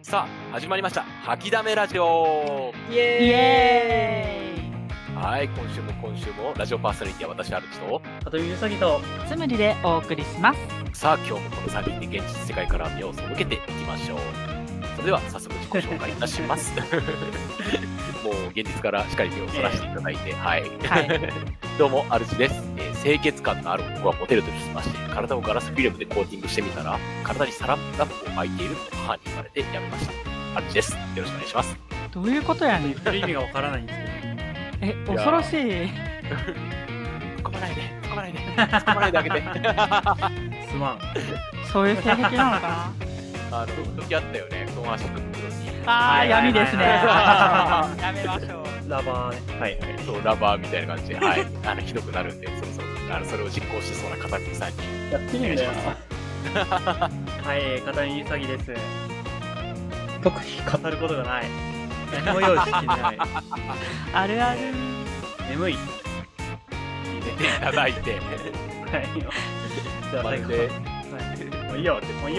さあ始まりました吐きだめラジオ。 イエーイ。 はい、今週もラジオパーソナリティは私アルチと里見うさぎとつむりでお送りします。 さあ今日もこの3人で現実世界から目を背けていきましょう。それでは早速自己紹介いたしますもう現実からしっかり目をそらしていただいて、はい、どうもアルチです。清潔感のある男はモテるとしまして、体をガラスフィルムでコーティングしてみたら体にサランラップを巻いていると母に言われてやめました。アルチです。よろしくお願いします。 どういうことやねん。 言ってる意味がわからないんですけど恐ろしい。 突っ込まないであげてすまん。 そういう性癖なのかな。 時あったよね、この足と黒に。 闇ですね。やめましょう。 ラバーね。はい。 そうラバーみたいな感じで、はい、ひどくなるんで、それを実行しそうな片桐さんにやってみるんだよ。はい、片見うさぎです。特に語ることがない。何も用意してない。 あるある。 眠い。 入れていただいて、 はい。じゃあ最後。もういいよ。つ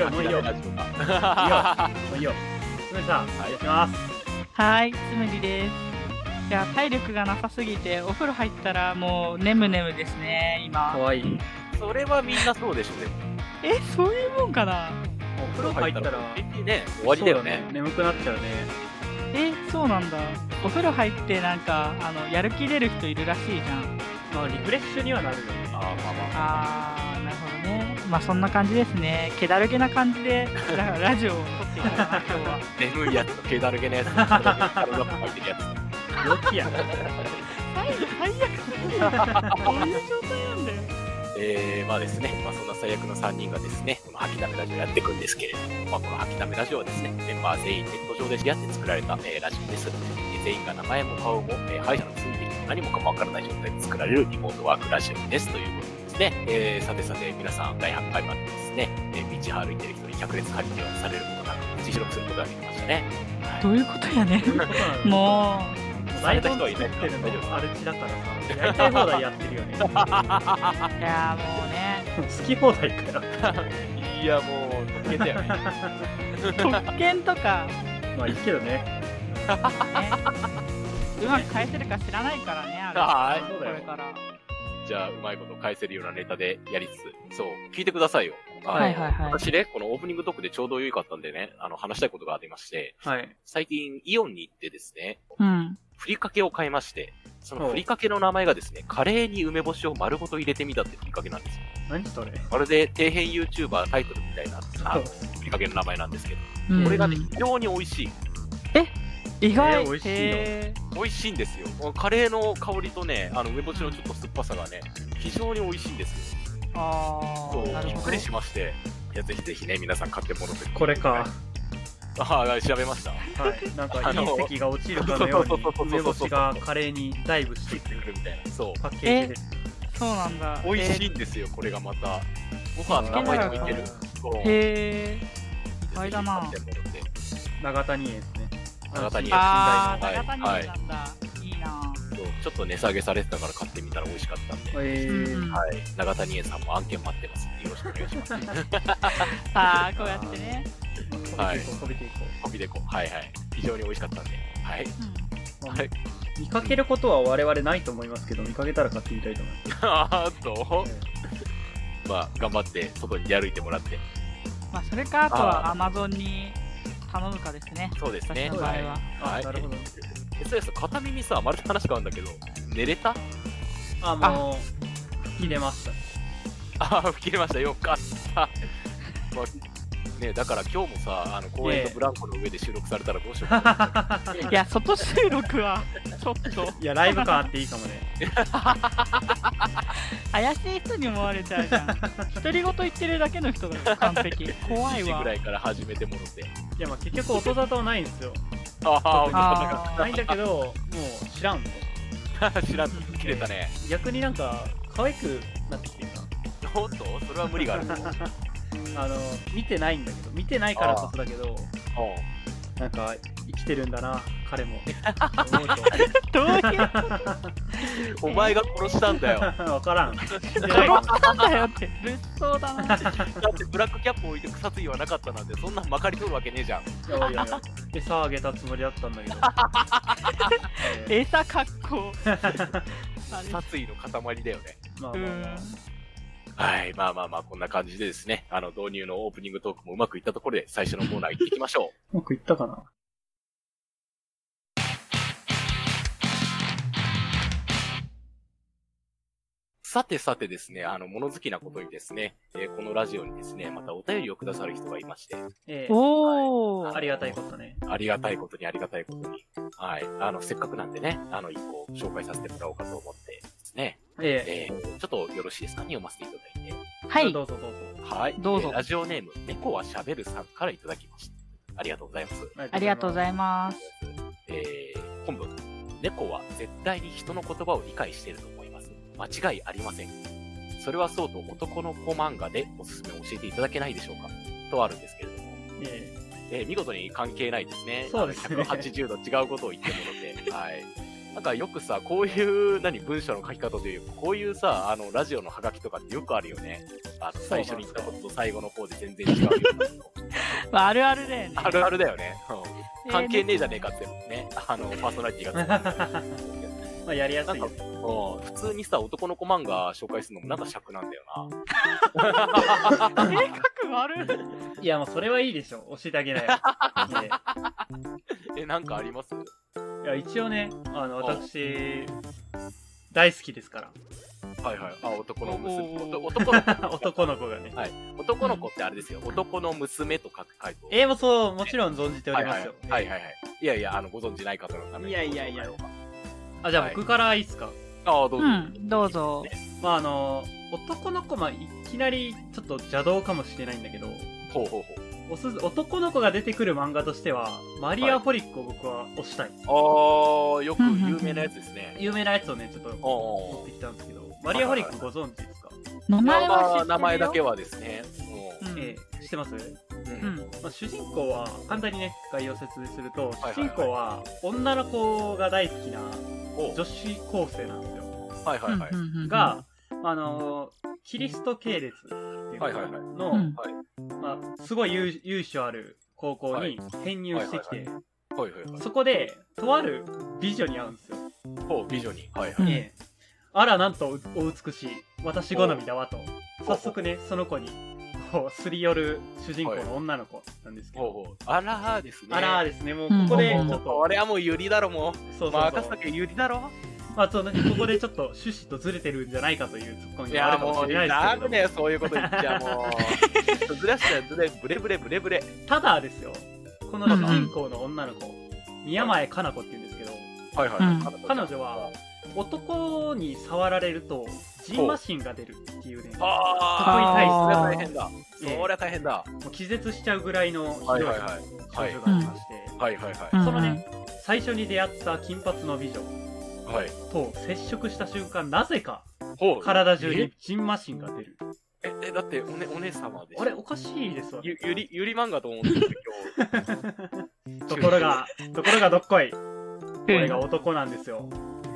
むりさん、お願いします。 はい、つむりです。いや、体力がなさすぎてお風呂入ったらもうネムですね今。 かわいい。 それはみんなそうでしょ。でもそういうもんかな。 お風呂入ったらね、終わりだよね。 眠くなっちゃうね。 そうなんだ。お風呂入ってなんかやる気出る人いるらしいじゃん。 まあリフレッシュにはなるよね。 なるほどね。まあそんな感じですね。気だるげな感じでだからラジオを撮っていただきましょう。 眠いやつと気だるげなやつと体が入ってるやつ。 良きや。 最悪。どういう状態なんだよ。 まあですね、そんな最悪の3人がですね、この吐きだめラジオやっていくんですけれども、この吐きだめラジオはですね、メンバー全員ネット上で知り合って作られた、ラジオです。全員が名前も顔も、歯医者のついてきて何もかもわからない状態で作られるリモートワークラジオですということですね。さて皆さん第100回までですね、道歩いてる人に100列張り手はされることなく無事記録することができましたね。はい、 どういうことやねもうされた人はいないけどアルチだからさ、やりたい放題やってるよね。いやもうね、 好き放題かよ。 いやもう特権だよね。 特権とかまあいいけどね。 うまく返せるか知らないからね、これから。 じゃあうまいこと返せるようなネタでやりつつ、そう聞いてくださいよ。私ね、このオープニングトークでちょうど良かったんでね、話したいことがありまして、最近イオンに行ってですね、ふりかけを買いまして、そのふりかけの名前がですね、カレーに梅干しを丸ごと入れてみたってふりかけなんですよ。 何それ？ まるで底辺 YouTuber タイトルみたいなふりかけの名前なんですけど、これがね、非常に美味しい。 意外。 美味しいの？ 美味しいんですよ。カレーの香りとね、梅干しのちょっと酸っぱさがね、非常に美味しいんですよ。そう、びっくりしまして、いやぜひね、皆さん買ってもらって。 これか。 調べました。 はい、なんか隕石が落ちるかのように梅干しがカレーにダイブしてくるみたいな。そう。パッケージです。 そうなんだ。 美味しいんですよ、これがまた。ご飯の名前でもいける。 へー。意外だな。 長谷園ですね。 長谷園。 長谷園なんだ。いいな。 ちょっと値下げされてたから買ってみたら美味しかったんで、はい、長谷園さんも案件待ってますんでよろしくお願いします。 こうやってね。 はい。飛びでいこう。 はい。非常に美味しかったんで、はい。 見かけることは我々ないと思いますけど、見かけたら買ってみたいと思います。 まあ頑張って外に出歩いてもらって。 まあそれかあとは Amazon に頼むかですね。 そうですね。 場合は。 なるほど。 片耳さ、まるで話変わるんだけど、寝れた？ もう吹き出ました。 吹き出ました。よかった。ね、だから今日もさ、公園のブランコの上で収録されたらどうしようかな。 いや、外収録はちょっと。 いや、ライブ感あっていいかもね。 怪しい人に思われちゃうじゃん。独り言言ってるだけの人だよ、完璧。怖いわ。 1時ぐらいから始めてもろて。 いや、まあ結局音沙汰はないんですよ。ないんだけど、もう知らんの。 知らんの。切れたね。 逆になんか、可愛くなってきてるな。 ほんと？それは無理がある。 見てないんだけど、見てないからこそだけど、 なんか生きてるんだな彼も思うどういうお前が殺したんだよ。だと分からん。 殺したんだよって物騒だな。 ってブラックキャップ置いて草津井はなかったなんて、そんなんまかり通るわけねえじゃん。 いやいやいや餌あげたつもりだったんだけど餌格好。 草津井の塊だよね。 まあまあまあはい、まあまあまあ、こんな感じでですね、導入のオープニングトークもうまくいったところで、最初のコーナー行っていきましょう。 うまくいったかな。 さてさてですね、物好きなことにですね、このラジオにですね、またお便りをくださる人がいまして、 おー。 ありがたいことね。 ありがたいことにありがたいことに、はい、せっかくなんでね、一個紹介させてもらおうかと思ってですね、ちょっとよろしいですかね、読ませていただいて。 はい。 どうぞどうぞ。 はい。 どうぞラジオネーム、猫はしゃべるさんからいただきました。ありがとうございます。 ありがとうございます。 本文、猫は絶対に人の言葉を理解していると思います。間違いありません。それはそうと男の子漫画でおすすめを教えていただけないでしょうかとあるんですけれども。見事に関係ないですね。 そうですね。 180度違うことを言ってもので。はい。なんかよくさ、こういう、文章の書き方というか、こういうさ、ラジオのハガキとかってよくあるよね。最初に言ったことと最後の方で全然違うようなこと。 まあ、あるあるだよね。 あるあるだよね。関係ねえじゃねえかってね、パーソナリティがまあやりやすいよね。 普通にさ、男の子漫画紹介するのもなんか尺なんだよな。性格悪い。いやもうそれはいいでしょ。教えてあげないよ。 なんかあります？ いや一応ね、私大好きですから。 はいはい。男の娘。 男の子がね。 はい。男の子ってあれですよ。男の娘と書く回答。 もうそう、もちろん存じておりますよ。 はいはいはい。いやいや、ご存じない方のために。 いやいやいや。じゃあ僕からいいっすか？ どうぞ。 どうぞ。 まあ男の子、いきなりちょっと邪道かもしれないんだけど、 ほうほうほう。 男の子が出てくる漫画としては、マリアホリックを僕は推したい。 よく有名なやつですね。 有名なやつをね、ちょっと持ってきたんですけど、マリアホリックご存知ですか？ 名前は知ってるよ。 名前だけはですね。 知ってます？主人公は、簡単にね、概要説明すると、主人公は女の子が大好きな女子高生なんですよ。 はいはいはい。 が、キリスト系列っていうのすごい由緒ある高校に編入してきて、そこで、とある美女に会うんですよ。 美女に。はいはい。 あら、なんとお美しい。私好みだわと。早速ね、その子に、すり寄る主人公の女の子なんですけど。 あらーですね。 あらーですね。もうここでちょっと。 あれはもうユリだろ、もう。 そうそう。 赤崎ユリだろ。 そうね、ここでちょっと趣旨とずれてるんじゃないかというツッコミがあるかもしれないですけど。 なんでね、そういうこと言っちゃもう。ずらしたらブレブレ。 ただですよ、この主人公の女の子、宮前かな子って言うんですけど、 彼女は男に触られるとジンマシンが出るっていうね、 そこに対して大変だ。それは大変だ。 もう気絶しちゃうぐらいのひどい症状がありまして、そのね、最初に出会った金髪の美女と接触した瞬間、なぜか体中にジンマシンが出る。 だってお姉様でしょ。 あれおかしいですわ。 ゆり漫画と思ってる今日。ところがどっこい。これが男なんですよ。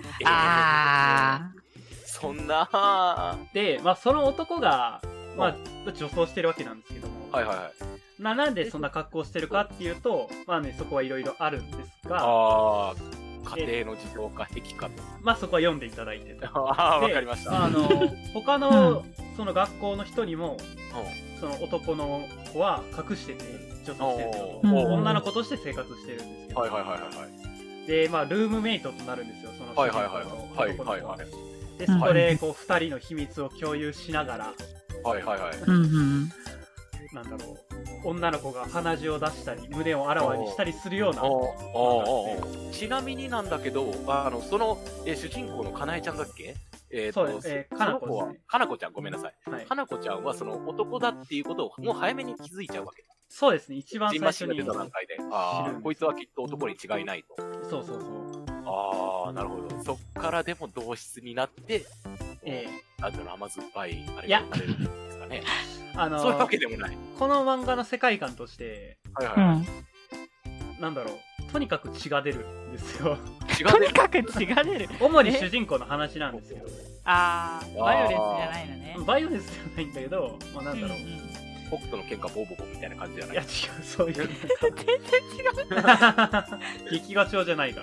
そんなで、その男が女装してるわけなんですけども、なんでそんな格好してるかっていうと、そこはいろいろあるんですが、 家庭の事情か癖かと。 そこは読んでいただいて。 わかりました。 他のその学校の人にも、その男の子は隠してて女装してると、女の子として生活してるんですけど、でルームメイトとなるんですよ、その主人公の男の子は。でそこで2人の秘密を共有しながら、なんだろう、女の子が鼻血を出したり胸をあらわにしたりするような。 ちなみになんだけど、その主人公のかなえちゃんだっけ？ そうです。かなこですね。 かなこちゃん、ごめんなさい。かなこちゃんはその男だっていうことをもう早めに気づいちゃうわけだ。 そうですね。一番最初に出た段階で。こいつはきっと男に違いないと。 そうそうそう。 なるほど。そっからでも同質になって、甘酸っぱいあれが生まれるんですかね。そういうわけでもない。 この漫画の世界観として、 なんだろう、とにかく血が出るんですよ。 とにかく血が出る。 主に主人公の話なんですよ。 バイオレンスじゃないのね。 バイオレンスじゃないんだけど、まあなんだろう。 北斗の喧嘩ボーボボみたいな感じじゃない？ いや違う、そういう。全然違う。劇画調じゃないから。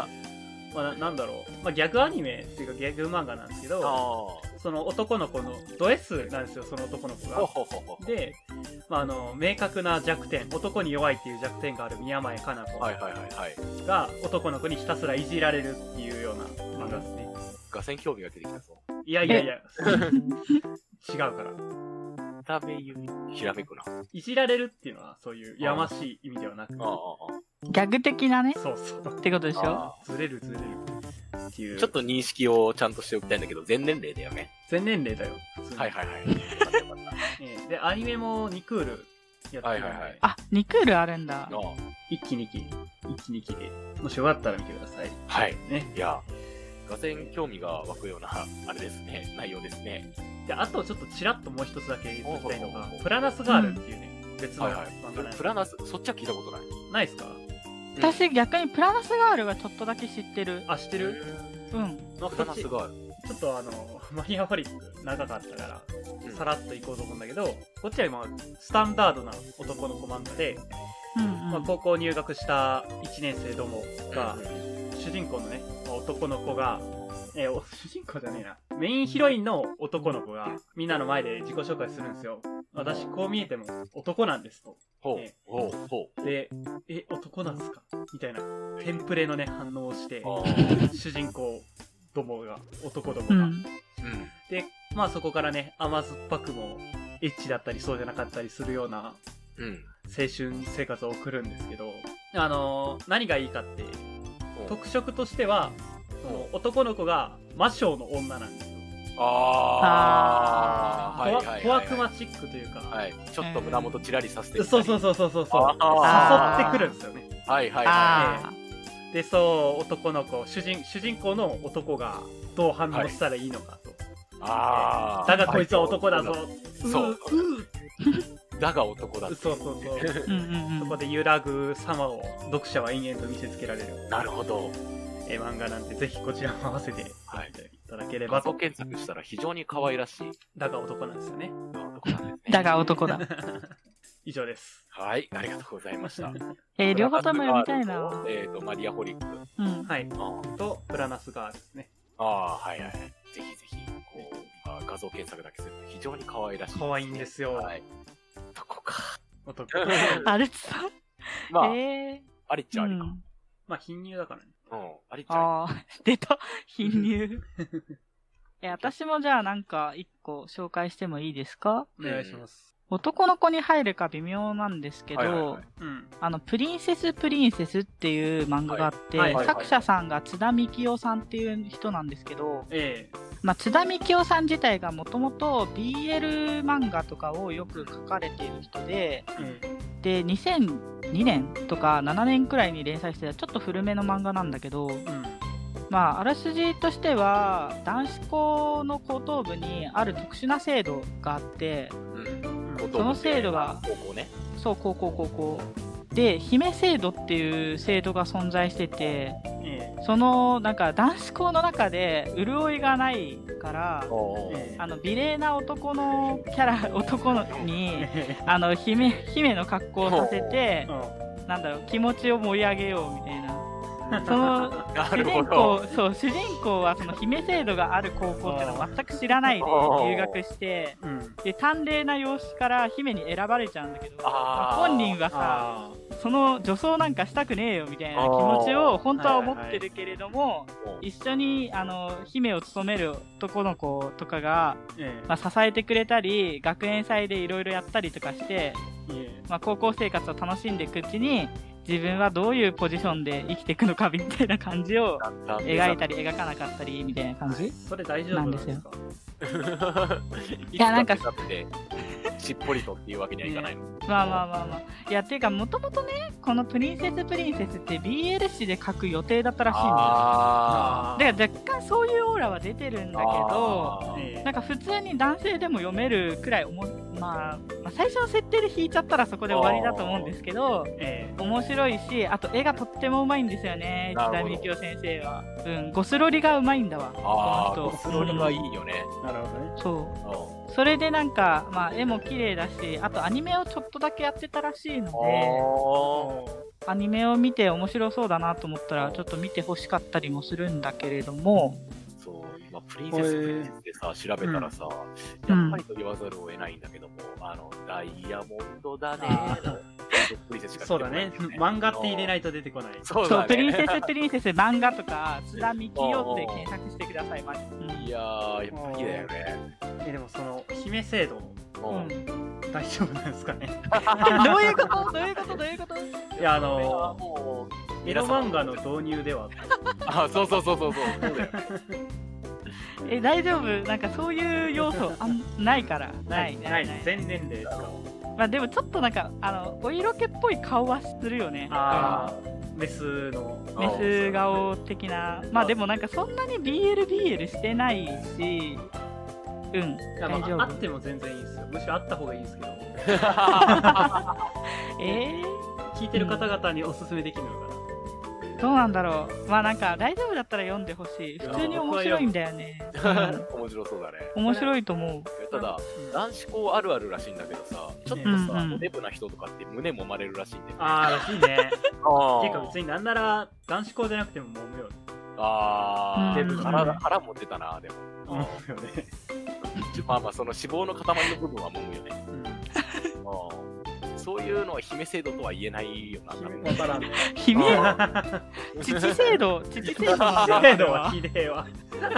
まあなんだろう。まあギャグアニメっていうかギャグ漫画なんですけど、その男の子のド S なんですよ、その男の子が。で、まあ明確な弱点、男に弱いっていう弱点がある宮前かな子が男の子にひたすらいじられるっていうような漫画ですね。 画線興味が出てきたぞ。 いやいやいや、違うから。 ダメ言うひらめくな。 いじられるっていうのはそういうやましい意味ではなく、 ギャグ的なね。 そうそう。 ってことでしょ。 ずれるっていう。 ちょっと認識をちゃんとしておきたいんだけど、全年齢だよね。 全年齢だよ。 はい。 で、アニメも2クールやってるんで。 あ、2クールあるんだ。 1期2期で、もしよかったら見てください。 はい。ね。いや、画線興味が湧くような、あれですね、内容ですね。 で、あとちょっとちらっともう一つだけ言っておきたいのが、プラナスガールっていうね、別の漫画なんです。 プラナス、そっちは聞いたことない。 ないっすか？ 私逆にプラナスガールはちょっとだけ知ってる。 あ、知ってる？ うん。 プラナスガール。 ちょっとマリアホリック長かったから、さらっといこうと思うんだけど、こっちは今、スタンダードな男の子漫画で、まあ、高校入学した1年生どもが、主人公のね、男の子が、主人公じゃねえな。メインヒロインの男の子がみんなの前で自己紹介するんですよ。私こう見えても男なんですと。で、男なんすかみたいなテンプレのね反応をして、主人公どもが、男どもが。で、まあそこからね、甘酸っぱくもエッチだったりそうじゃなかったりするような青春生活を送るんですけど、何がいいかって、特色としては、男の子が魔性の女なんですよ。小悪魔チックというか、 ちょっと胸元チラリさせて、 そう誘ってくるんですよね。で、男の子、主人公の男がどう反応したらいいのかと。だがこいつは男だぞ。 だが男だ。 そう。そこで揺らぐ様を読者は延々と見せつけられる。 なるほど。 漫画なんで、ぜひこちらも合わせていただければと。 画像検索したら非常に可愛らしい。 だが男なんですよね。 だが男だ。 以上です。 はい、ありがとうございました。 両方とも読みたいな。 マリアホリック。 はい。と、プラナスガールですね。 ぜひ、画像検索だけすると非常に可愛らしい。 可愛いんですよ。 男か。 あれさ。 まあ、ありっちゃありか。 まあ、貧乳だからね。 ありっちゃあり。出た。貧乳。私もじゃあなんか一個紹介してもいいですか？ お願いします。 男の子に入るか微妙なんですけど、プリンセスっていう漫画があって、作者さんが津田幹夫さんっていう人なんですけど、まあ、津田幹夫さん自体がもともと BL 漫画とかをよく書かれている人で、で、2002年とか7年くらいに連載してたちょっと古めの漫画なんだけど、まあ、あらすじとしては、男子校の高等部にある特殊な制度があって、その制度が、そう、高校。で、姫制度っていう制度が存在してて、その、なんか男子校の中で潤いがないから、美麗な男のに、姫の格好をさせて、なんだろう、気持ちを盛り上げようみたいな。その主人公はその姫制度がある高校っていうのを全く知らないで留学して、で淡麗な容姿から姫に選ばれちゃうんだけど、本人はさ、その女装なんかしたくねえよみたいな気持ちを本当は思ってるけれども、一緒に姫を務める男の子とかが、まあ、支えてくれたり学園祭でいろいろやったりとかして、まあ、高校生活を楽しんでいくうちに自分はどういうポジションで生きていくのかみたいな感じを描いたり描かなかったりみたいな感じそれ大丈夫なんですよ。 いやなんか知しっぽりとっていうわけにはいかないの。 まあまあまあまあ。いや、ていうか、もともとね、このプリンセスって BL 誌で書く予定だったらしいんだよ。だから若干そういうオーラは出てるんだけど、なんか普通に男性でも読めるくらいまあ、最初の設定で引いちゃったらそこで終わりだと思うんですけど、面白いし、あと絵がとってもうまいんですよね、津田幹夫先生は。ゴスロリがうまいんだわ。 ゴスロリはいいよね。 なるほどね。 そう。それでなんか、まあ、絵も綺麗だし、あとアニメをちょっとだけやってたらしいので、アニメを見て面白そうだなと思ったら、ちょっと見てほしかったりもするんだけれども、 今プリンセスでさ、調べたらさ、やっぱりと言わざるを得ないんだけども、ダイヤモンドだねプリンセスしかそうだね。漫画って入れないと出てこない。 そう、プリンセス漫画とか、津田幹夫って検索してください、マジ。 いやー、やっぱりだよね。 でもその、姫制度、大丈夫なんですかね。 どういうこといや、エロ漫画の導入では。 そうだよ。 大丈夫？なんかそういう要素ないから。ない。 全年齢。 まあでもちょっとなんか、お色気っぽい顔はするよね。 メス顔的な。まあでもなんかそんなに BL してないし、大丈夫。 あっても全然いいですよ。むしろあった方がいいですけど。聞いてる方々におすすめできるのかな。 どうなんだろう。まあなんか大丈夫だったら読んでほしい。普通に面白いんだよね。 面白そうだね。 面白いと思う。 ただ、男子校あるあるらしいんだけどさ、ちょっとさ、デブな人とかって胸もまれるらしいんだよね。 らしいね。っていうか別になんなら男子校じゃなくても揉むよ。 デブ腹持ってたな、でも。 揉むよね。 まあその脂肪の塊の部分は揉むよね。そういうのは姫制度とは言えないよな。 姫父制度はひでえわ。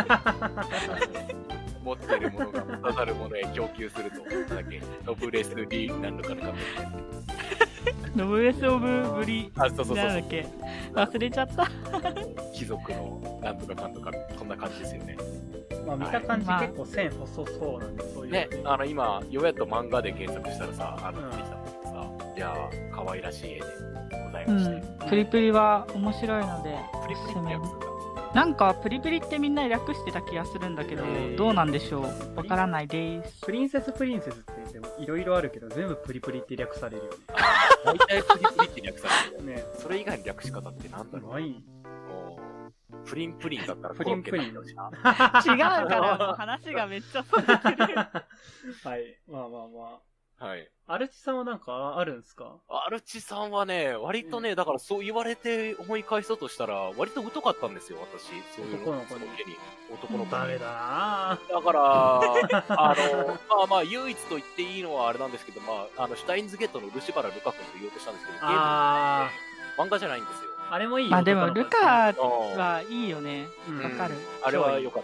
持ってるものが持たざるものへ供給すると。ノブレスリーなんのかなかノブレスオブブリなんだっけ忘れちゃった。 貴族のなんとかかんとかこんな感じですよね。 見た感じ結構線細そうなんで、そういうね。今ようやっと漫画で検索したらさ、出てきたんだけどさ、いやー可愛らしい絵でございまして。 プリプリは面白いので、プリプリってやつなんかプリプリってみんな略してた気がするんだけど、どうなんでしょう。わからないです。 プリンセスって言ってもいろいろあるけど、全部プリプリって略されるよね。 大体プリプリって略されるよね。それ以外の略し方ってなんだろう。プリンプリンだったらプリンプリン違うから話がめっちゃそれてる。 はい。まあ。 はい。 アルチさんはなんかあるんですか？ アルチさんはね、割とね、だからそう言われて思い返そうとしたら、割と疎かったんですよ、私。そういう男の子に。 男の子に。 ダメだなだから、まあ、唯一と言っていいのはあれなんですけど、シュタインズゲートのルシファラ・ルカ君と言おうとしたんですけど、漫画じゃないんですよ。 あれもいいよ。 でも、ルカはいいよね。わかる。 あれは良かった。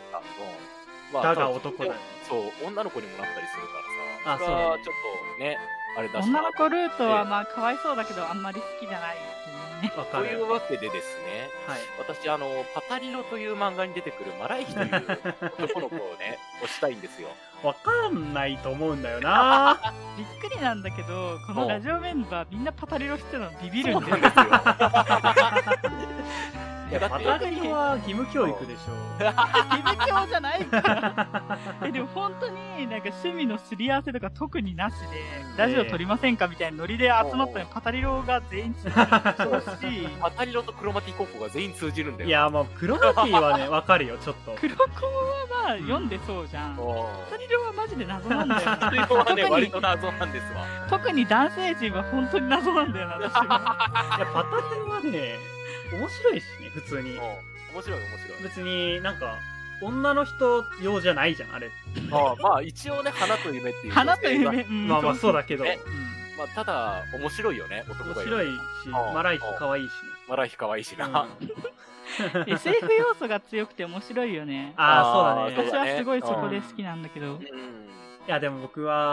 だが男だよ。 そう、女の子にもなったりするからさ。それはちょっとね、あれだし。 女の子ルートはかわいそうだけど、あんまり好きじゃない。 というわけでですね、私、パタリロという漫画に出てくるマライヒという男の子をね、推したいんですよ。 わかんないと思うんだよなびっくりなんだけど、このラジオメンバーみんなパタリロしてるのビビるんだよ。 パタリロは義務教育でしょ。 義務教じゃないからでも本当になんか趣味のすり合わせとか特になしで、ラジオ撮りませんかみたいなノリで集まったのにパタリロが全員通じるし、 パタリロとクロマティ高校が全員通じるんだよ。 いや、クロマティはね、わかるよ、ちょっと。 クロコは読んでそうじゃん。パタリロはマジで謎なんだよな。 パタリロはね、割と謎なんですわ。 特に男性陣は本当に謎なんだよな、私は。 いや、パタリロはね、面白いしね、普通に。 面白い。 別になんか、女の人用じゃないじゃん、あれ。 一応ね、花と夢っていう。 花と夢、 そうだけど。 ただ、面白いよね、男が。 面白いし、マライヒ可愛いしね。 マライヒ可愛いしな。 SF 要素が強くて面白いよね。 そうだね。 私はすごいそこで好きなんだけど。 いや、でも僕は、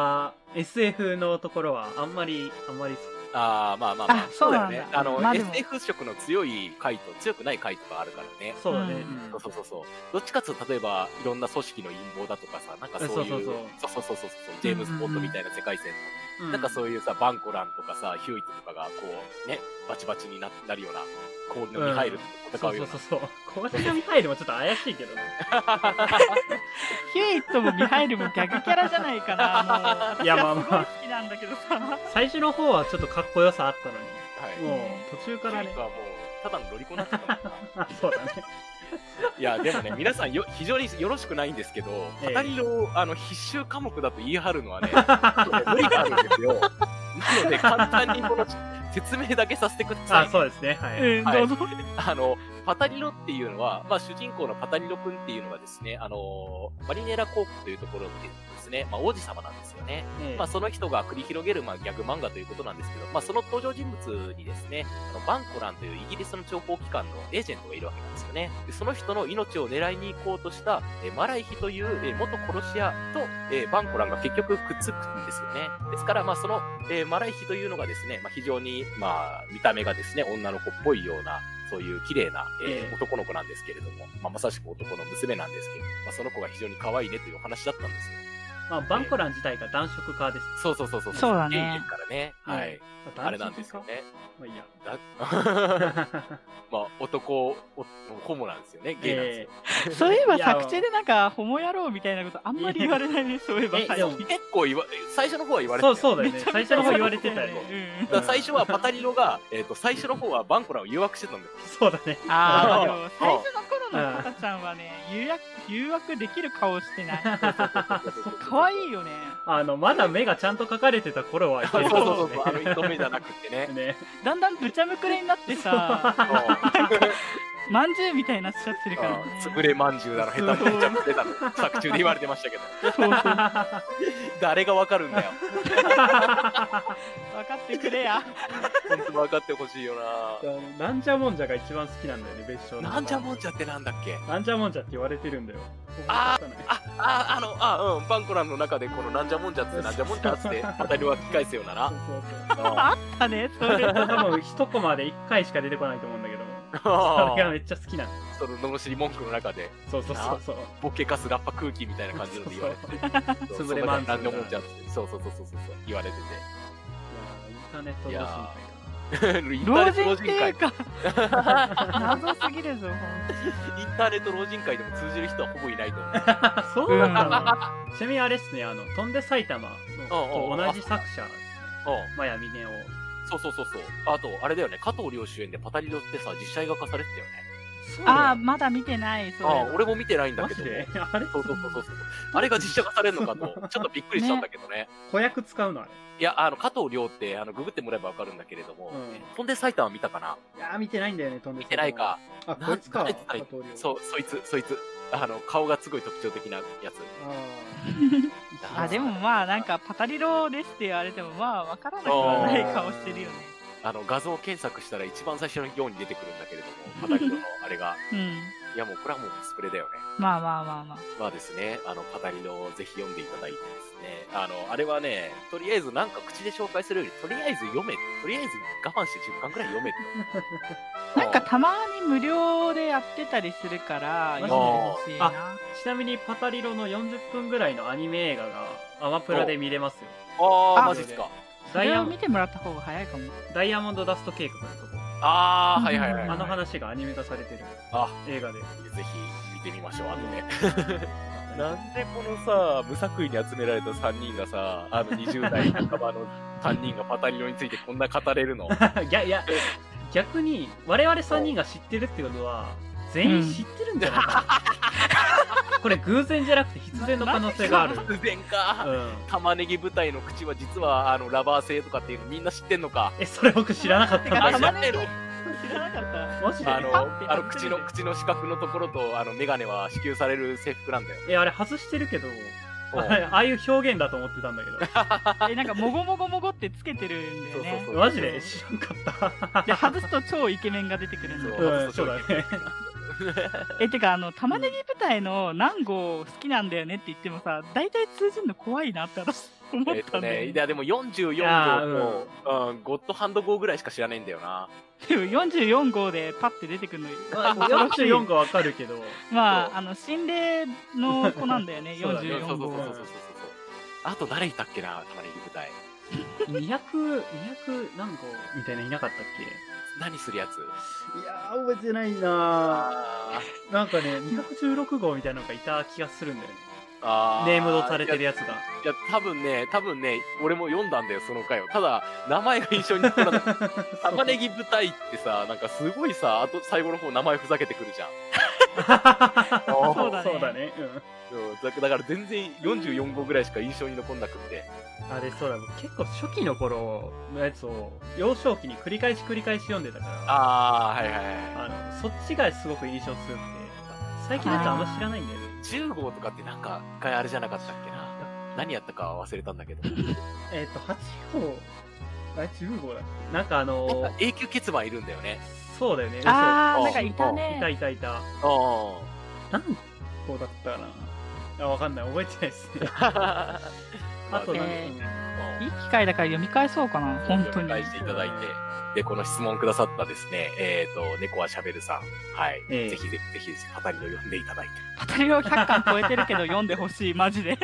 SF のところはあんまりまあそうだよね。SF 色の強い回と強くない回とかあるからね。 そうだね。 そう。どっちかというと例えばいろんな組織の陰謀だとかさ、なんかそういうジェームズ・ボンドみたいな世界線のなんかそういうさ、バンコランとかさ、ヒューイットとかがこうね、バチバチになるような氷のミハイルと戦うような。 そう。氷のミハイルもちょっと怪しいけどね。 ヒューイットもミハイルもギャグキャラじゃないかな。いやまあまあ。好きなんだけどさ。 最初の方はちょっとかっこよさあったのに、もう途中からね。 ヒューイットはもうただのロリコンになってたもんな。 そうだね。 いやでもね、皆さん非常によろしくないんですけど、パタリロ必修科目だと言い張るのはね、無理があるんですよ。なので簡単にこの説明だけさせてください。 そうですね。はい。 どうぞ。 パタリロっていうのは、主人公のパタリロくんっていうのがですね、マリネラ公国というところでですね、王子様なんですよね。その人が繰り広げるギャグ漫画ということなんですけど、その登場人物にですね、バンコランというイギリスの諜報機関のエージェントがいるわけなんですよね。でその人の命を狙いに行こうとした、マライヒという、元殺し屋と、バンコランが結局くっつくんですよね。ですから、その、マライヒというのがですね、非常に、見た目がですね、女の子っぽいような、そういう綺麗な、男の子なんですけれども、まさしく男の娘なんですけど、その子が非常に可愛いねというお話だったんですよ。 バンコラン自体が男色家です。 そう。 そうだね。 ゲイからね。はい。あれなんですよね。 いいや。 ホモなんですよね。ゲイなんですよ。 そういえば作中でなんか、ホモ野郎みたいなことあんまり言われないね、そういえば。 結構最初の方は言われてた。 そうだよね。最初の方言われてたね。 最初はパタリロが、最初の方はバンコランを誘惑してたんだよ。 そうだね。 でも最初の頃のパタちゃんはね、誘惑できる顔してない。可愛いよね。 まだ目がちゃんと描かれてた頃は、 そう。糸目じゃなくてね。 だんだんぶちゃむくれになってさ、まんじゅうみたいになっちゃってるからね。 つぶれまんじゅうだの、下手なぶちゃむくれだの、作中で言われてましたけど。誰がわかるんだよ。 分かってくれや。 本当分かってほしいよな。なんじゃもんじゃが一番好きなんだよね、別称。 なんじゃもんじゃってなんだっけ？ なんじゃもんじゃって言われてるんだよ。 バンコランの中でこのなんじゃもんじゃってなんじゃもんじゃってパタリロは聞き返すようなな。 あったね、それ。 多分一コマで1回しか出てこないと思うんだけど、それがめっちゃ好きなの。 その罵り文句の中で、 そう。 ボケかすラッパ空気みたいな感じので言われてて、つぶれまんじゅうなんじゃもんじゃって、そう言われてて。 インターネット同人会か。 老人っていうか謎すぎるぞ。 インターネット老人会でも通じる人はほぼいないと思う。 そうなんだ。ちなみにあれですね、飛んで埼玉と同じ作者ですね。マヤミネオ。 そう。あとあれだよね、加藤亮主演でパタリロってさ、実写映画化されてたよね。 まだ見てない。 俺も見てないんだけど。 あれ？ そう。あれが実写化されるのかと、ちょっとびっくりしたんだけどね。 子役使うのあれ？ いや、加藤亮って、ググってもらえばわかるんだけれども、飛んで埼玉見たかな？ いや見てないんだよね、飛んで埼玉。 見てないか。 こいつか。 そう、そいつ。顔がすごい特徴的なやつ。でもなんか、パタリロですって言われても、わからなくはない顔してるよね。 画像検索したら一番最初のように出てくるんだけれども、パタリロのあれが。いやもうこれはもうコスプレだよね。 まあですね、パタリロをぜひ読んでいただいてですね、あれはね、とりあえずなんか口で紹介するより、とりあえず読め、とりあえず我慢して10巻くらい読めって。 なんかたまに無料でやってたりするから、読んでほしいな。 ちなみにパタリロの40分ぐらいのアニメ映画がアマプラで見れますよ。 マジっすか。 それを見てもらった方が早いかも。 ダイヤモンドダスト計画のとこ。 はい。 あの話がアニメ化されてる映画で。ぜひ見てみましょう、後で。なんでこのさ、無作為に集められた3人がさ、20代半ばの3人がパタリロについてこんな語れるの？ いや、逆に我々3人が知ってるってことは、全員知ってるんじゃないかな。これ偶然じゃなくて必然の可能性がある。 偶然か。玉ねぎ部隊の口は実はラバー製とかっていうのみんな知ってんのか。 それ僕知らなかった。 知らなかった。 マジで？ 口の四角のところとメガネは支給される制服なんだよ。 あれ外してるけど、ああいう表現だと思ってたんだけど。 なんかもごもごもごってつけてるんだよね。 マジで知らんかった。 で外すと超イケメンが出てくるんだよ。 そうだね。 てか玉ねぎ部隊の何号好きなんだよねって言ってもさ、大体通じるの怖いなって私。 思ったね。 いやでも44号と、ゴッドハンド号ぐらいしか知らないんだよな。 でも44号でパッて出てくるの 44号わかるけど。 まあ、心霊の子なんだよね、44号。 あと誰いたっけな、玉ねぎ部隊。 200何号みたいないなかったっけ？ 何するやつ？ いやー、覚えてないなー。なんかね、216号みたいなのがいた気がするんだよね。ネームドされてるやつが。いや、多分ね、俺も読んだんだよ、その回を。ただ、名前が印象に残らない。玉ねぎ部隊ってさ、なんかすごいさ、最後の方名前ふざけてくるじゃん。 そうだね。 だから全然44号ぐらいしか印象に残んなくて。 あれ、そうだ、結構初期の頃のやつを、幼少期に繰り返し読んでたから。 はいはいはい。 そっちがすごく印象強くて、最近のやつあんま知らないんだよね。 10号とかってなんか、一回あれじゃなかったっけな。何やったか忘れたんだけど。 8号10号だっけなんか永久欠番いるんだよね。 そうだよね。 なんかいたね。 いた。何号だったかな。わかんない。覚えてないですね。あとね、 いい機会だから読み返そうかな、本当に。 読み返していただいて。で、この質問くださったですね、猫はしゃべるさん。はい。ぜひ、パタリロ読んでいただいて。 パタリロ100巻超えてるけど読んでほしい、マジで。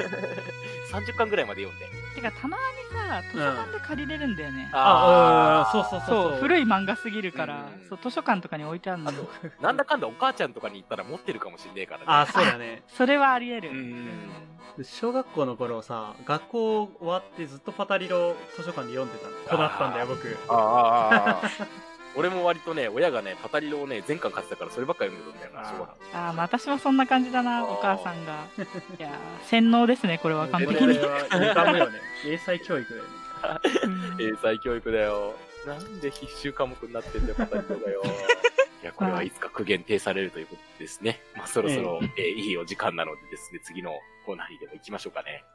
30巻ぐらいまで読んで。 てか、たまにさ、図書館で借りれるんだよね。 そう。 古い漫画すぎるから、図書館とかに置いてあるのよ。 なんだかんだお母ちゃんとかに行ったら持ってるかもしんねえからね。 そうだね。 それはあり得る。 小学校の頃さ、学校終わってずっとパタリロ図書館で読んでた子だったんだよ、僕。 俺も割とね、親がね、パタリロをね、全巻買ってたからそればっか読んでたんだよな、小学校。 私もそんな感じだな、お母さんが。いや洗脳ですね、これは完璧に。 歪むよね。英才教育だよね。 英才教育だよ。なんで必修科目になってんだよ、パタリロがよ。いや、これはいつか苦言呈されるということですね。まあ、そろそろ、いいお時間なのでですね、次のコーナーにでも行きましょうかね。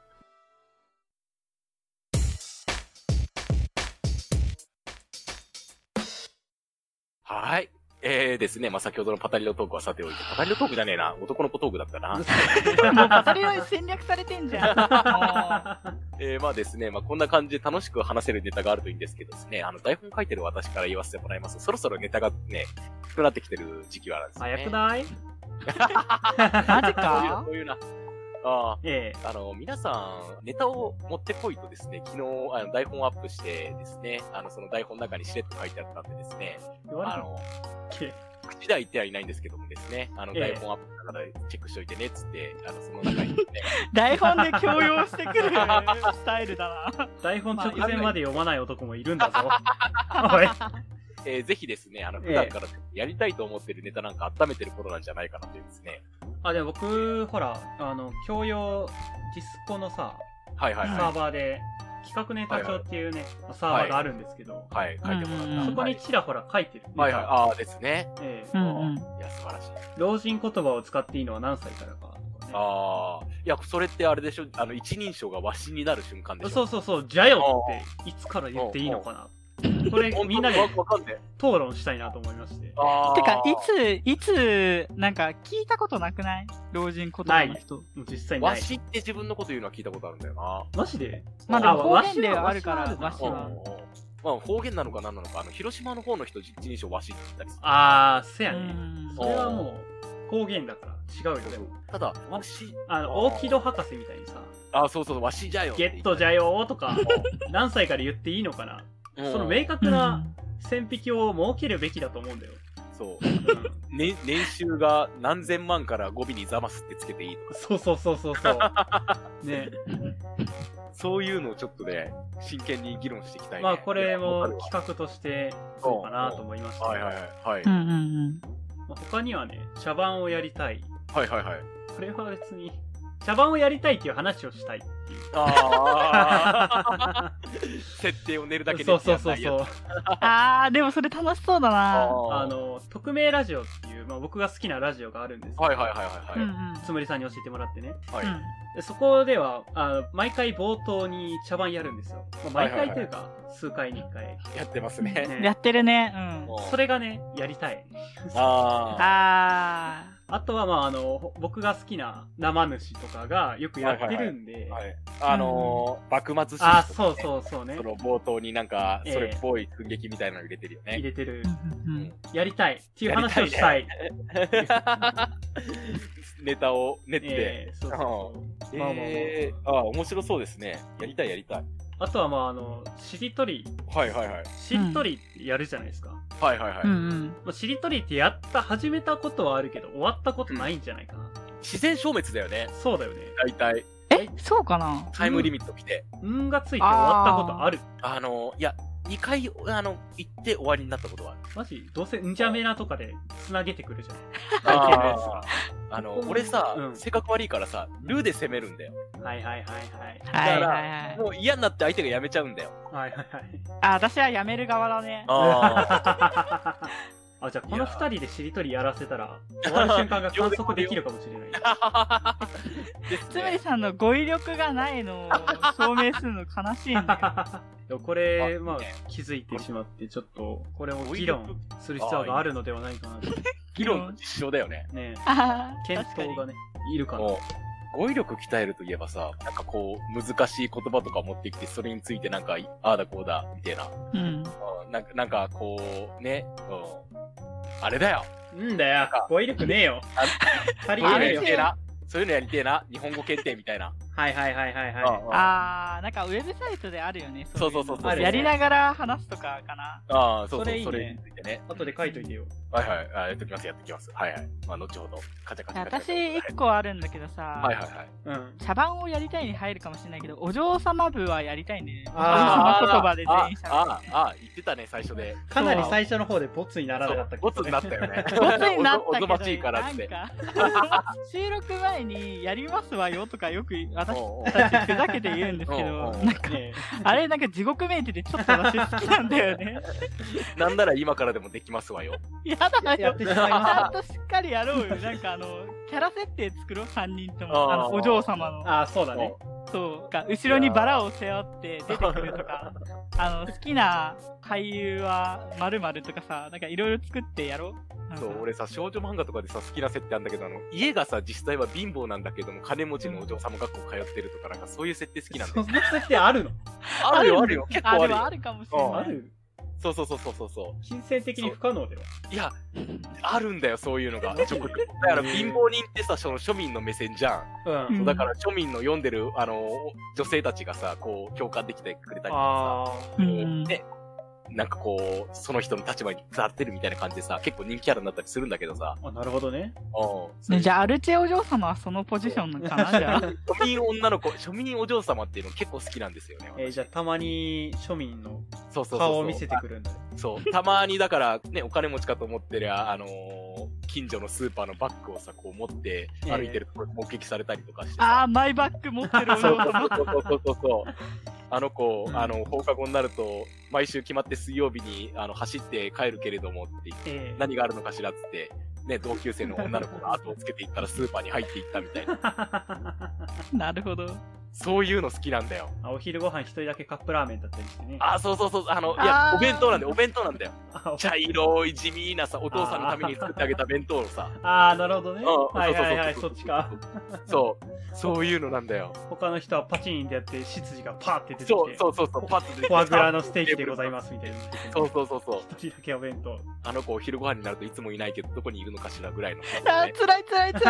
はい。ですね、まあ、先ほどのパタリロトークはさておいて、パタリロトークじゃねえな、男の子トークだったな。 もうパタリロに戦略されてんじゃん。 まあですね、まあ、こんな感じで楽しく話せるネタがあるといいんですけどですね、台本書いてる私から言わせてもらいます。そろそろネタがね、低くなってきてる時期はですね。 早くない？ マジか？ そういうな。皆さん、ネタを持ってこいとですね、昨日、台本アップしてですね、その台本の中にしれっと書いてあったんでですね、口では言ってはいないんですけどもですね、台本アップだからチェックしといてねっつって、その中にね。 台本で強要してくるスタイルだな。 台本直前まで読まない男もいるんだぞ。おい。 ぜひですね、普段からやりたいと思ってるネタなんか温めてる頃なんじゃないかなというですね。 でも僕、ほら、教養ディスコのさ、サーバーで、企画ネタ帳っていうね、サーバーがあるんですけど、 書いてもらった。 そこにちらほら書いてる。 ですね。 いや、 素晴らしい。 老人言葉を使っていいのは何歳からか。 いや、それってあれでしょ、一人称がわしになる瞬間でしょ。 そう、じゃよって、いつから言っていいのかな。これみんなで討論したいなと思いまして。 てか、いつ、なんか聞いたことなくない？老人言葉の人。 実際ない。 わしって自分のこと言うのは聞いたことあるんだよな。 マジで？ まあ方言ではあるから、わしは。 まあ方言なのか何なのか、広島の方の人、一人称わしって言ったりする。 せやね。それはもう方言だから違うよ、でも。 ただ、わし。 大木戸博士みたいにさ。 そう、わしじゃよ。 ゲットじゃよとか、何歳から言っていいのかな。その明確な線引きを設けるべきだと思うんだよ。 そう。年収が何千万から語尾にザマスってつけていいとか。 そう。ね。 そういうのをちょっとね、真剣に議論していきたいね。 まあこれも企画としてそうかなと思いました。 はい。 他にはね、茶番をやりたい。 はい。 これは別に、茶番をやりたいっていう話をしたいっていう。 設定を練るだけで。 そう。 でもそれ楽しそうだな。 匿名ラジオっていう、僕が好きなラジオがあるんですけど。つむりさんに教えてもらってね。そこでは、毎回冒頭に茶番やるんですよ。毎回というか、数回に1回。 やってますね。 やってるね。 それがね、やりたい。 あとは僕が好きな生主とかがよくやってるんで、 幕末史とか、そうね。 その冒頭になんかそれっぽい寸劇みたいなの入れてるよね。 入れてる。やりたいっていう話をしたい。 ネタを練って。面白そうですね。やりたい。 あとはしりとり。しりとりってやるじゃないですか。しりとりって始めたことはあるけど、終わったことないんじゃないかな。 自然消滅だよね。 そうだよね。 大体。 そうかな。 タイムリミット来て。 がついて終わったことある。 いや、2回、行って終わりになったことはある。 マジどうせんじゃめなとかで繋げてくるじゃん。俺さ、性格悪いからさ、ルーで攻めるんだよ。 はい。だから、もう嫌になって相手がやめちゃうんだよ。 私はやめる側だね。 じゃあこの2人でしりとりやらせたら終わる瞬間が観測できるかもしれない。 つむりさんの語彙力がないのを証明するの悲しいんだよ。これ気づいてしまってちょっとこれを議論する必要があるのではないかなと。 議論の実証だよね。 検討がねいるかな。 語彙力鍛えるといえばさ、なんかこう難しい言葉とか持ってきてそれについてなんかああだこうだみたいな。なんかこうね。あれだよ。 語彙力ねえよ。 足りないよ。そういうのやりてえな。日本語検定みたいな。 はい。 なんかウェブサイトであるよね。 そう。 やりながら話すとかかな。 それについてね。 後で書いといてよ。 やってきます。後ほど。 私1個あるんだけどさ。茶番をやりたいに入るかもしれないけど、お嬢様部はやりたいね。お嬢様言葉で全員しゃべる。 言ってたね、最初で。 かなり最初の方でボツにならなかったけど。 ボツになったよね。 ボツになったけど。 おぞましいからって。 収録前にやりますわよとかよく私たちふざけて言うんですけど、なんかあれなんか地獄めいててちょっと私好きなんだよね。 なんなら今からでもできますわよ。 やだよ。ちゃんとしっかりやろうよ。なんかキャラ設定作ろう、3人とも。お嬢様の。 そうだね。 そうか、後ろにバラを背負って出てくるとか、好きな俳優は〇〇とかさ、なんかいろいろ作ってやろう。 俺さ、少女漫画とかでさ、好きな設定あるんだけど、家がさ、実際は貧乏なんだけども、金持ちのお嬢様学校通ってるとか、なんかそういう設定好きなんだよ。 そんな設定あるの？ あるよ。結構あるよ。 あるかもしれない。 ある？ そう。 金銭的に不可能では？ いや、あるんだよ、そういうのが。だから貧乏人ってさ、その庶民の目線じゃん。だから庶民の読んでる、女性たちがさ、こう、共感できてくれたりとかさ、ね、なんかこう、その人の立場に立ってるみたいな感じでさ、結構人気キャラになったりするんだけどさ。 なるほどね。 じゃあ、アルチェお嬢様はそのポジションなのかな、じゃあ。 庶民お嬢様っていうの結構好きなんですよね。 じゃあ、たまに庶民の顔を見せてくるんだね。 そう。たまにだからね、お金持ちかと思ってりゃ、近所のスーパーのバッグをさ、こう持って歩いてるところ目撃されたりとかして。 マイバッグ持ってるお嬢様。 そう。あの子、放課後になると、毎週決まって水曜日に、走って帰るけれどもって言って、何があるのかしらっつって、ね、同級生の女の子が後をつけていったらスーパーに入っていったみたいな。 なるほど。 そういうの好きなんだよ。 お昼ご飯一人だけカップラーメンだったりしてね。 そう。いや、お弁当なんだよ。茶色い地味なさ、お父さんのために作ってあげた弁当をさ。 なるほどね。はい、そっちか。 そういうのなんだよ。 他の人はパチンってやって、執事がパーって出てきて。 そう、パッと出てきて。 フォアグラのステーキでございますみたいな。 そう。 一人だけお弁当。 あの子お昼ご飯になるといつもいないけど、どこにいるのかしらぐらいの。 つらい。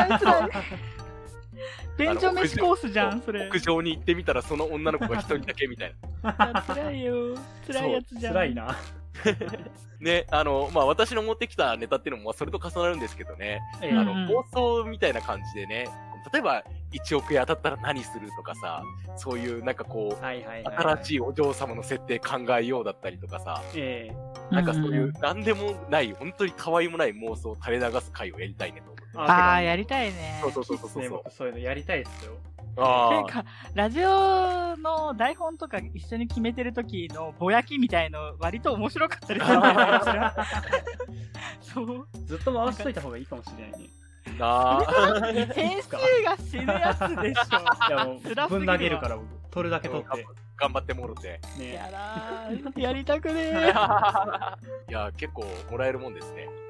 便所飯コースじゃん、それ。 屋上に行ってみたらその女の子が一人だけみたいな。辛いよ。辛いやつじゃん。 辛いな。 ね、私の持ってきたネタっていうのもそれと重なるんですけどね、妄想みたいな感じでね、例えば1億円当たったら何するとかさ、そういうなんかこう、新しいお嬢様の設定考えようだったりとかさ、なんかそういう何でもない、本当に可愛いもない妄想を垂れ流す回をやりたいねと思って。 やりたいね。 そう。そういうのやりたいですよ。 なんか、ラジオの台本とか一緒に決めてる時のぼやきみたいの割と面白かったりするんだよね。そう。 ずっと回しといた方がいいかもしれないね。 編集が死ぬやつでしょ。 いやもう、ぶん投げるから、取るだけ取って。 頑張ってもろて。 やだー。やりたくねー。 いや、結構もらえるもんですね。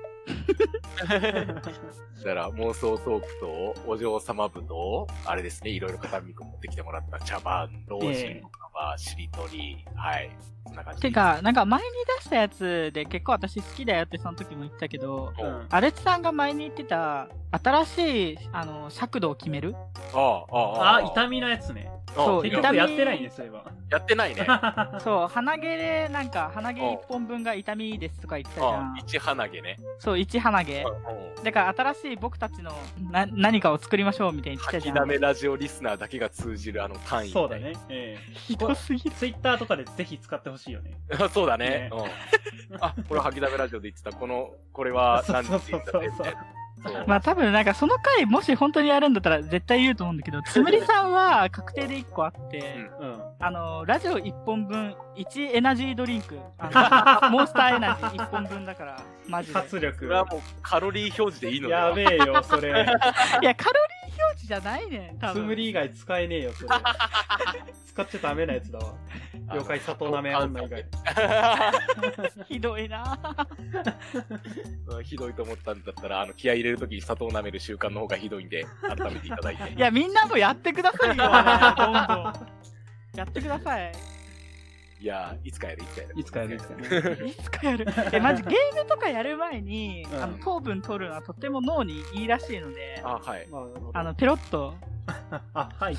だから妄想トークとお嬢様部と、あれですね、いろいろ片見く持ってきてもらった茶番、老人とかしりとり、はい。そんな感じ。 てか、なんか前に出したやつで結構私好きだよってその時も言ったけど、アレツさんが前に言ってた、新しい、尺度を決める？ 痛みのやつね。 そう、 結局やってないね、そういえば。 やってないね。 そう、鼻毛で、なんか、鼻毛1本分が痛みですとか言ってたじゃん。 1鼻毛ね。 そう、1鼻毛。だから、新しい僕たちの何かを作りましょうみたいに言ってたじゃん。 吐きだめラジオリスナーだけが通じる単位。 そうだね。 ひどすぎる。 ツイッターとかでぜひ使ってほしいよね。 そうだね。これは吐きだめラジオで言ってた、これは何て言ったみたいな。 まあ多分なんかその回もし本当にやるんだったら絶対言うと思うんだけど、つむりさんは確定で1個あって、ラジオ1本分1エナジードリンク、モンスターエナジー1本分だから、マジで。 活力。 それはもうカロリー表示でいいのやべえよ、それ。 いや、カロリー表示じゃないねん、多分。 つむり以外使えねえよ、それ。使っちゃダメなやつだわ。了解、砂糖なめ女以外。 ひどいなひどいと思ったんだったら、気合い入れるときに砂糖を舐める習慣の方がひどいんで、改めていただいて。 いや、みんなもやってくださいよ、どんどん。やってください。 いやいつかやる。 いつかやる。マジゲームとかやる前に、糖分取るのはとても脳にいいらしいので、 はい。 ペロッと。 はい。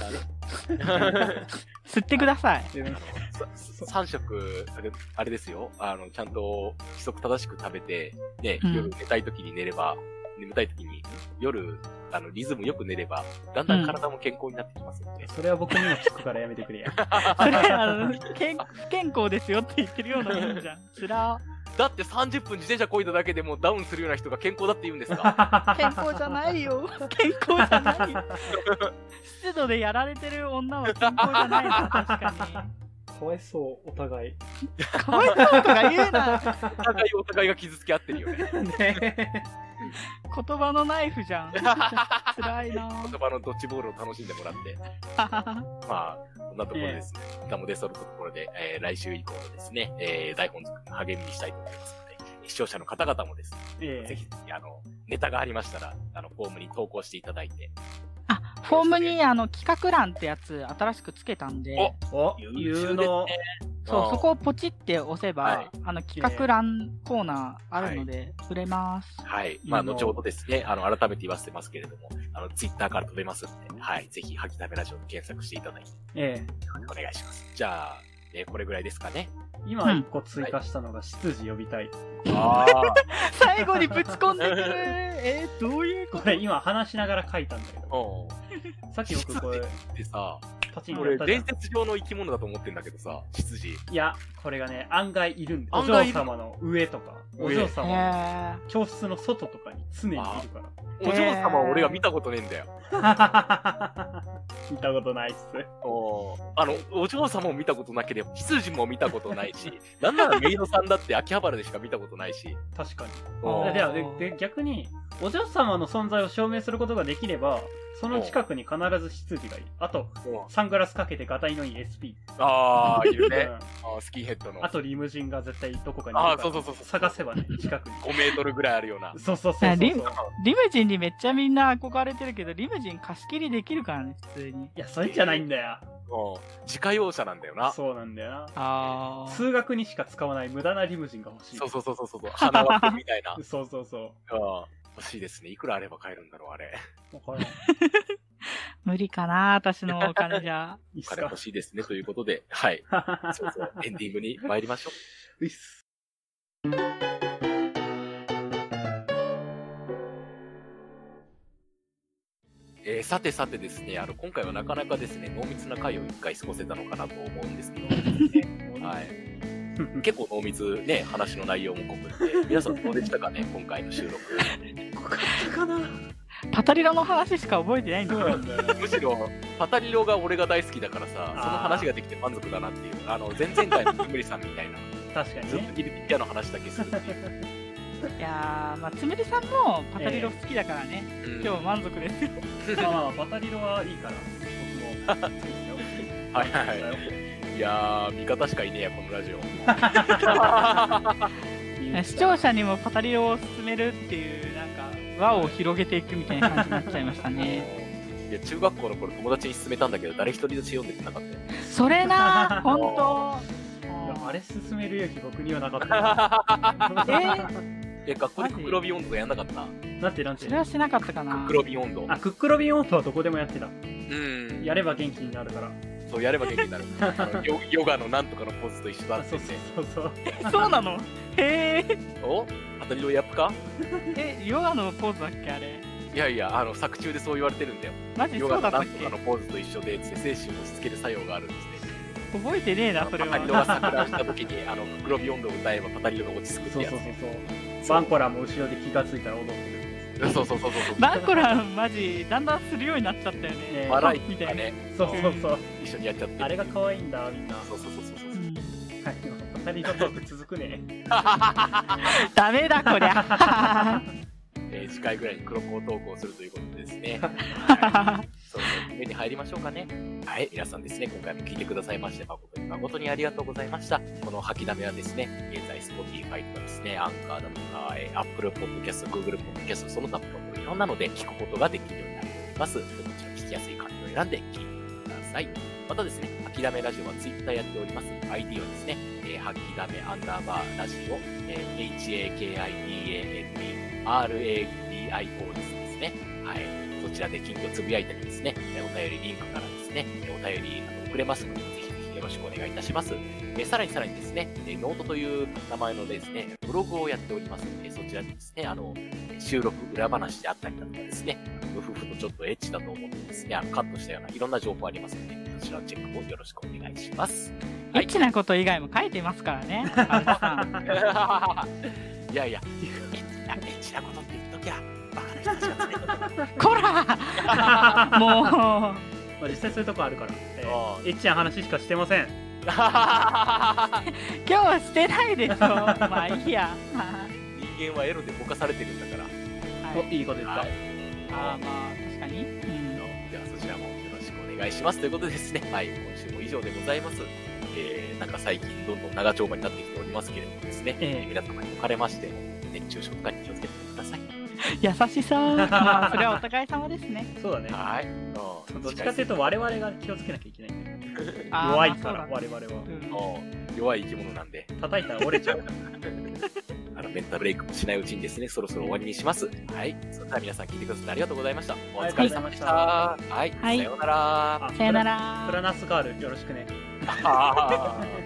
吸ってください。 3食、あれですよ。ちゃんと規則正しく食べて、ね、夜寝たい時に眠たい時に、夜、リズムよく寝れば、だんだん体も健康になってきますので。 それは僕にも聞くからやめてくれや。 それ、不健康ですよって言ってるようなもんじゃん。つらだって30分自転車こいだだけでもダウンするような人が健康だって言うんですか？ 健康じゃないよ。健康じゃないよ。湿度でやられてる女は健康じゃないの、確かに。 かわいそう、お互い。 かわいそうとか言うな。 お互いが傷つけ合ってるよね。 言葉のナイフじゃん。辛いな。 言葉のドッジボールを楽しんでもらって。まあ、こんなところですね。歌も出揃ったところで、来週以降のですね、台本作りの励みにしたいと思いますので、視聴者の方々もですね、ぜひ、ネタがありましたら、フォームに投稿していただいて。 フォームに企画欄ってやつ新しくつけたんで、 有能。 そう、そこをポチって押せば、企画欄コーナーあるので、売れます。 はい。まあ、後ほどですね、改めて言わせてますけれども、ツイッターから飛べますので、はい。ぜひ、吐きだめラジオで検索していただいて、お願いします。じゃあ、これぐらいですかね。 今1個追加したのが、執事呼びたい。 最後にぶち込んでくる。どういうこと？ これ今話しながら書いたんだけど。さっき僕これ。 でさ、 パチン俺伝説上の生き物だと思ってんだけどさ、執事。 いや、これがね、案外いるんで。お嬢様の上とか、お嬢様の教室の外とかに常にいるから。 お嬢様は俺が見たことねえんだよ。 見たことないっす。 お嬢様も見たことなければ、執事も見たことないし、なんならメイドさんだって秋葉原でしか見たことないし。 確かに。で、逆に、お嬢様の存在を証明することができれば、その近くに必ず執事がいる。あと、サングラスかけてガタイのいい SP。 いるね。スキンヘッドの。 あと、リムジンが絶対どこかにいるから。そう。探せばね、近くに。 5メートルぐらいあるような。 そう。 リムジンにめっちゃみんな憧れてるけど、リムジン貸し切りできるからね、普通に。 いや、それじゃないんだよ。 自家用車なんだよな。 そうなんだよな。通学にしか使わない無駄なリムジンが欲しい。 そう。花輪みたいな。 そう。 欲しいですね。いくらあれば買えるんだろう、あれ。 無理かな、私のお金じゃ。 お金欲しいですね、ということで、はい。エンディングに参りましょう。さてですね、今回はなかなかですね、濃密な回を一回過ごせたのかなと思うんですけど、はい。結構濃密ね、話の内容も濃くて、皆さんどうでしたかね、今回の収録。 濃かったかな。 パタリロの話しか覚えてないんだけど。 むしろ、パタリロが俺が大好きだからさ、その話ができて満足だなっていう、前々回のキムリさんみたいな。 確かにね。 ずっとギルティギアの話だけするっていう。 いやー、まあ、つむりさんもパタリロ好きだからね、今日満足ですよ。 パタリロはいいから、僕も。 はい。いやー、味方しかいねえや、このラジオ。 視聴者にもパタリロを進めるっていうなんか輪を広げていくみたいな感じになっちゃいましたね。 いや中学校の頃友達に勧めたんだけど誰一人として読んでくれなかったよ。 それな本当。 あれ進める勇気僕にはなかった。 学校でクックロビン温度やんなかった？ なんてそれはしなかったかな。 クックロビン温度。 クックロビン温度はどこでもやってた。やれば元気になるから。 そうやれば元気になる。ヨガのなんとかのポーズと一緒だって。 そうそうなの？へえ。 お？当たりのやっぷか？ ヨガのポーズだっけあれ？ いやいや作中でそう言われてるんだよ。 マジそうだったっけ？ヨガのなんとかのポーズと一緒で精神を落ち着ける作用があるんですね。 覚えてねえなそれは。 パタリロが錯乱した時にクックロビン温度を歌えばパタリロが落ち着くってやつ。 そう。バンコラも後ろで気がついたら踊ってる。 そう。 バンコラマジだんだんするようになっちゃったよね。 笑いみたいなね。 そう。 一緒にやっちゃって。 あれが可愛いんだみんな。 そう。 パタリロトーク続くね。 ダメだこりゃ。 次回ぐらいに黒子投稿するということでですね。その目に入りましょうかね。はい、皆さんですね、今回も聞いてくださいまして誠にありがとうございました。この吐きだめはですね、現在 Spotify とかですね、アンカーだとか、Apple Podcast、Google Podcast、その他いろんなので聞くことができるようになっております。こちら聞きやすい環境を選んで聞いてください。またですね、吐きだめラジオは Twitter やっております。ID はですね、吐きだめ_ラジオ、HAKIDAMERADIO ですね。はい。そちらで近況つぶやいたりですね、お便りリンクからですね、お便り送れますので、ぜひよろしくお願いいたします。さらにですね、ノートという名前のですね、ブログをやっておりますので、そちらにですね、収録裏話であったりだとかですね、夫婦とちょっとエッチだと思ってですね、カットしたようないろんな情報ありますので、そちらのチェックもよろしくお願いします。 エッチなこと以外も書いてますからね。 いや、エッチなことって言っときゃ、バカな人たちがね。 こらもう。 実際そういうとこあるから、エッチな話しかしてません。 今日はしてないでしょ。まあいいや。 人間はエロでぼかされてるんだから。 いいこと言った。 まあ確かに。 ではそちらもよろしくお願いしますということでですね。はい、今週も以上でございます。なんか最近どんどん長丁場になってきておりますけれどもですね。皆様におかれましても熱中症とかに気をつけてください。 優しさ。まあそれはお互い様ですね。 そうだね。 はい。 どっちかというと我々が気をつけなきゃいけないんだよ。弱いから我々は。 弱い生き物なんで。 叩いたら折れちゃう。 メンタルブレイクもしないうちにですね、そろそろ終わりにします。はい。それでは皆さん聞いてくださってありがとうございました。お疲れ様でした。はい。さようなら。 さようなら。 プラナスガールよろしくね。